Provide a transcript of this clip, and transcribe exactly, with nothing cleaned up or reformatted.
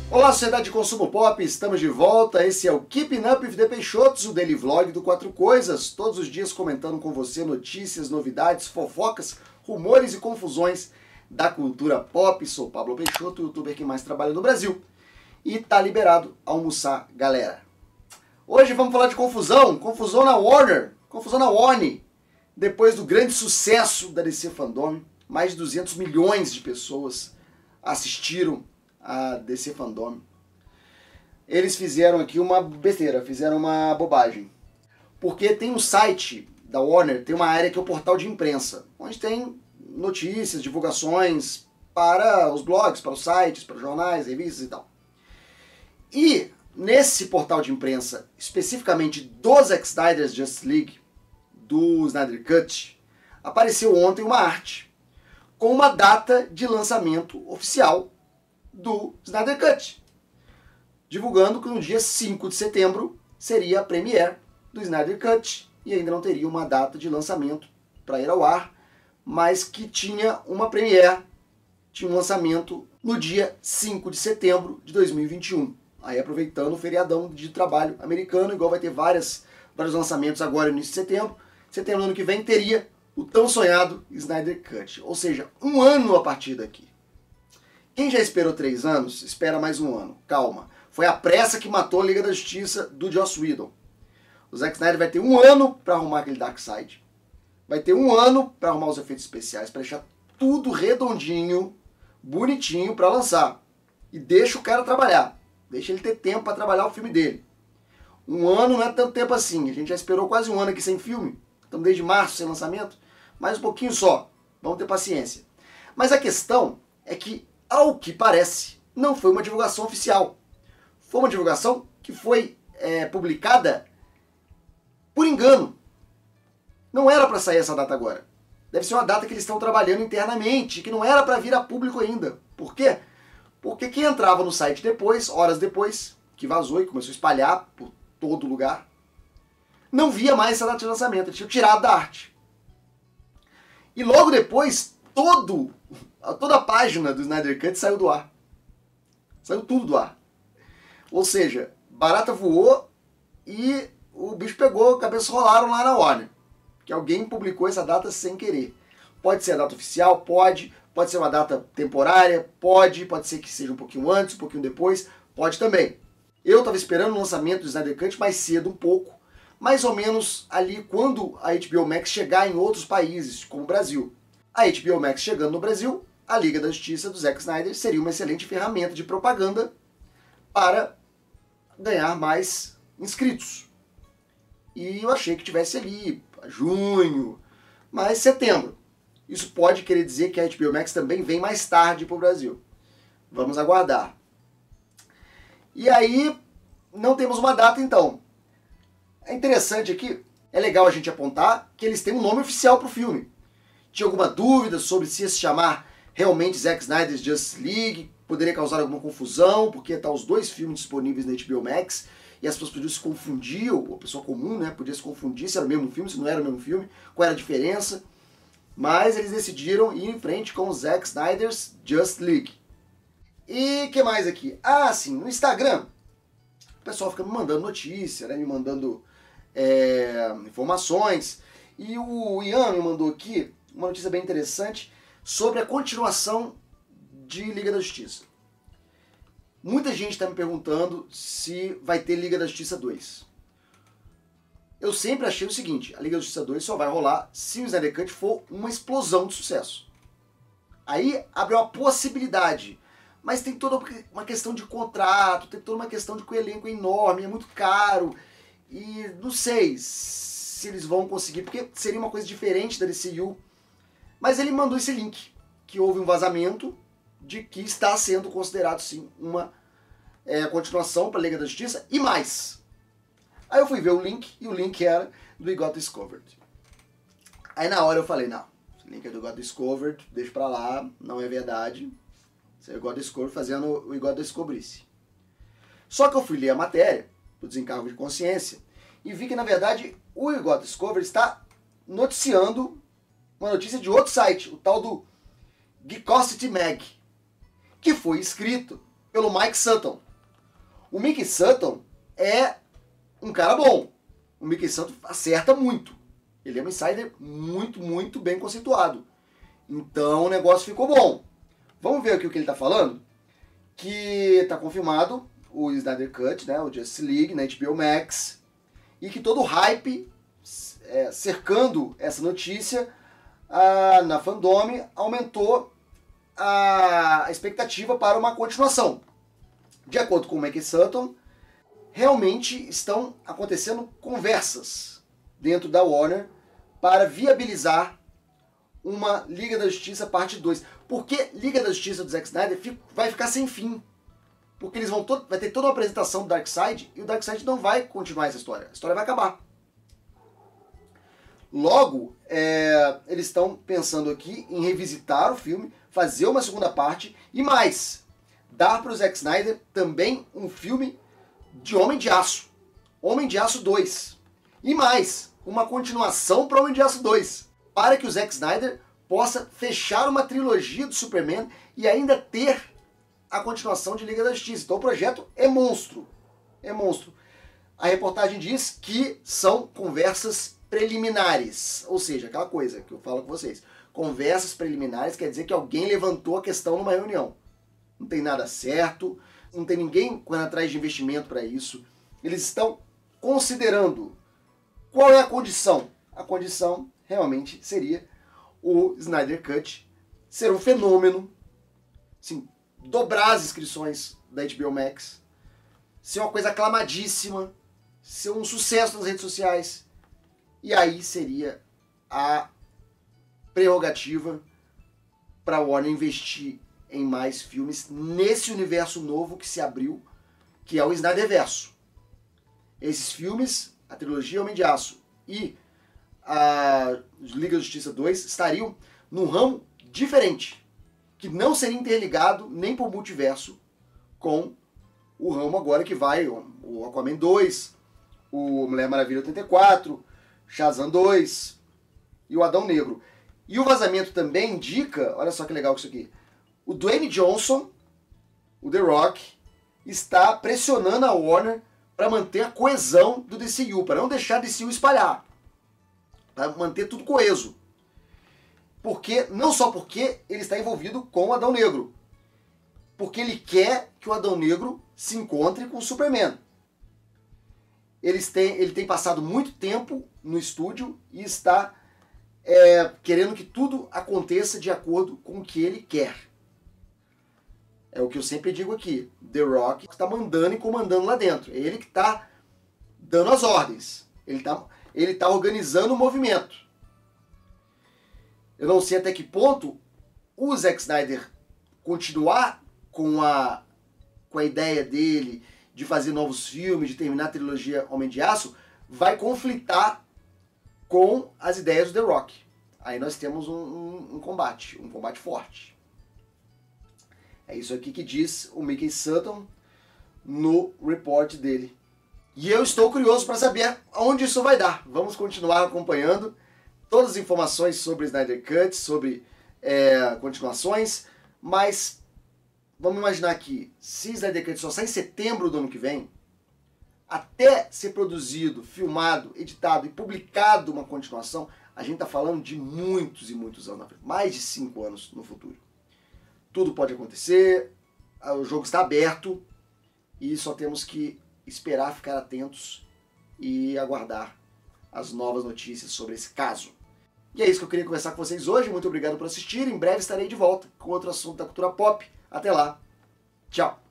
Olá, sociedade de consumo pop, estamos de volta. Esse é o Keeping Up with the Peixotos, o daily vlog do Quatro Coisas. Todos os dias comentando com você notícias, novidades, fofocas, rumores e confusões da cultura pop. Sou Pablo Peixoto, o youtuber que mais trabalha no Brasil. E tá liberado almoçar, galera. Hoje vamos falar de confusão, confusão na Warner, confusão na Warner. Depois do grande sucesso da D C Fandom, mais de duzentos milhões de pessoas assistiram a D C Fandom. Eles fizeram aqui uma besteira, fizeram uma bobagem. Porque tem um site da Warner, tem uma área que é o portal de imprensa, onde tem notícias, divulgações para os blogs, para os sites, para os jornais, revistas e tal. E nesse portal de imprensa, especificamente do Zack Snyder's Justice League, do Snyder Cut, apareceu ontem uma arte com uma data de lançamento oficial do Snyder Cut, divulgando que no dia cinco de setembro seria a premiere do Snyder Cut e ainda não teria uma data de lançamento para ir ao ar, mas que tinha uma premiere, tinha um lançamento no dia cinco de setembro de dois mil e vinte e um. Aí aproveitando o feriadão de trabalho americano, igual vai ter várias, vários lançamentos agora no início de setembro, setembro do ano que vem teria o tão sonhado Snyder Cut, ou seja, um ano a partir daqui. Quem já esperou três anos, espera mais um ano. Calma. Foi a pressa que matou a Liga da Justiça do Joss Whedon. O Zack Snyder vai ter um ano para arrumar aquele Darkseid. Vai ter um ano para arrumar os efeitos especiais, para deixar tudo redondinho, bonitinho para lançar. E deixa o cara trabalhar. Deixa ele ter tempo para trabalhar o filme dele. Um ano não é tanto tempo assim. A gente já esperou quase um ano aqui sem filme. Estamos desde março sem lançamento. Mais um pouquinho só. Vamos ter paciência. Mas a questão é que, ao que parece, não foi uma divulgação oficial. Foi uma divulgação que foi é, publicada por engano. Não era para sair essa data agora. Deve ser uma data que eles estão trabalhando internamente, que não era para vir a público ainda. Por quê? Porque quem entrava no site depois, horas depois, que vazou e começou a espalhar por todo lugar, não via mais essa data de lançamento. Eles tinham tirado da arte. E logo depois, todo... toda a página do Snyder Cut saiu do ar. Saiu tudo do ar. Ou seja, barata voou e o bicho pegou, cabeças rolaram lá na Warner. Que alguém publicou essa data sem querer. Pode ser a data oficial? Pode. Pode ser uma data temporária? Pode. Pode ser que seja um pouquinho antes, um pouquinho depois? Pode também. Eu estava esperando o lançamento do Snyder Cut mais cedo um pouco. Mais ou menos ali quando a H B O Max chegar em outros países, como o Brasil. A H B O Max chegando no Brasil, a Liga da Justiça do Zack Snyder seria uma excelente ferramenta de propaganda para ganhar mais inscritos. E eu achei que tivesse ali junho, mas setembro. Isso pode querer dizer que a H B O Max também vem mais tarde para o Brasil. Vamos aguardar. E aí, não temos uma data então. É interessante aqui, é legal a gente apontar que eles têm um nome oficial para o filme. Tinha alguma dúvida sobre se ia se chamar realmente Zack Snyder's Justice League, poderia causar alguma confusão, porque tá os dois filmes disponíveis na H B O Max, e as pessoas podiam se confundir, ou a pessoa comum, né, podia se confundir se era o mesmo filme, se não era o mesmo filme, qual era a diferença. Mas eles decidiram ir em frente com o Zack Snyder's Justice League. E o que mais aqui? Ah, sim, no Instagram, o pessoal fica me mandando notícia, né, me mandando é, informações, e o Ian me mandou aqui uma notícia bem interessante sobre a continuação de Liga da Justiça. Muita gente está me perguntando se vai ter Liga da Justiça dois. Eu sempre achei o seguinte, a Liga da Justiça dois só vai rolar se o Snyder Cut for uma explosão de sucesso. Aí abre uma possibilidade, mas tem toda uma questão de contrato, tem toda uma questão de que o elenco é enorme, é muito caro, e não sei se eles vão conseguir, porque seria uma coisa diferente da D C U. Mas ele mandou esse link, que houve um vazamento de que está sendo considerado sim uma é, continuação para a Liga da Justiça e mais. Aí eu fui ver o link e o link era do We Got Discovered. Aí na hora eu falei, não, esse link é do We Got Discovered, deixa pra lá, não é verdade. Isso é o We Got Discovered fazendo o We Got Descobrice. Só que eu fui ler a matéria, do desencargo de consciência, e vi que na verdade o We Got Discovered está noticiando uma notícia de outro site, o tal do Geekosity Mag, que foi escrito pelo Mike Sutton. O Mickey Sutton é um cara bom. O Mickey Sutton acerta muito. Ele é um insider muito, muito bem conceituado. Então o negócio ficou bom. Vamos ver aqui o que ele está falando? Que está confirmado o Snyder Cut, né, o Justice League, na H B O Max, e que todo o hype é, cercando essa notícia a, na fandome aumentou a expectativa para uma continuação. De acordo com o Mickey Sutton, realmente estão acontecendo conversas dentro da Warner para viabilizar uma Liga da Justiça parte dois. Porque Liga da Justiça do Zack Snyder vai ficar sem fim. Porque eles vão todo, vai ter toda uma apresentação do Darkseid e o Darkseid não vai continuar essa história. A história vai acabar. Logo, é, eles estão pensando aqui em revisitar o filme, fazer uma segunda parte e mais, dar para o Zack Snyder também um filme de Homem de Aço. Homem de Aço dois. E mais, uma continuação para Homem de Aço dois. Para que o Zack Snyder possa fechar uma trilogia do Superman e ainda ter a continuação de Liga da Justiça. Então o projeto é monstro. É monstro. A reportagem diz que são conversas preliminares. Ou seja, aquela coisa que eu falo com vocês. Conversas preliminares quer dizer que alguém levantou a questão numa reunião. Não tem nada certo, não tem ninguém correndo atrás de investimento para isso. Eles estão considerando qual é a condição. A condição realmente seria o Snyder Cut ser um fenômeno, assim, dobrar as inscrições da H B O Max, ser uma coisa aclamadíssima, ser um sucesso nas redes sociais, e aí seria a prerrogativa para a Warner investir em mais filmes nesse universo novo que se abriu, que é o Snyderverso. Esses filmes, a trilogia Homem de Aço e a Liga da Justiça dois, estariam num ramo diferente, que não seria interligado nem por multiverso com o ramo agora que vai o Aquaman dois, o Mulher Maravilha oitenta e quatro, Shazam dois e o Adão Negro. E o vazamento também indica, olha só que legal isso aqui, o Dwayne Johnson, o The Rock, está pressionando a Warner para manter a coesão do D C U, para não deixar a D C U espalhar, para manter tudo coeso. Porque, não só porque ele está envolvido com o Adão Negro, porque ele quer que o Adão Negro se encontre com o Superman. Eles têm, ele tem passado muito tempo no estúdio e está é, querendo que tudo aconteça de acordo com o que ele quer. É o que eu sempre digo aqui. The Rock está mandando e comandando lá dentro. É ele que está dando as ordens. Ele está ele tá organizando o movimento. Eu não sei até que ponto o Zack Snyder continuar com a, com a ideia dele de fazer novos filmes, de terminar a trilogia Homem de Aço, vai conflitar com as ideias do The Rock. Aí nós temos um, um, um combate, um combate forte. É isso aqui que diz o Mickey Sutton no report dele. E eu estou curioso para saber aonde isso vai dar. Vamos continuar acompanhando todas as informações sobre Snyder Cut, sobre é, continuações, mas vamos imaginar que se Snyder Cut só sai em setembro do ano que vem, até ser produzido, filmado, editado e publicado uma continuação, a gente está falando de muitos e muitos anos na frente, mais de cinco anos no futuro. Tudo pode acontecer, o jogo está aberto e só temos que esperar, ficar atentos e aguardar as novas notícias sobre esse caso. E é isso que eu queria conversar com vocês hoje. Muito obrigado por assistir. Em breve estarei de volta com outro assunto da cultura pop. Até lá. Tchau.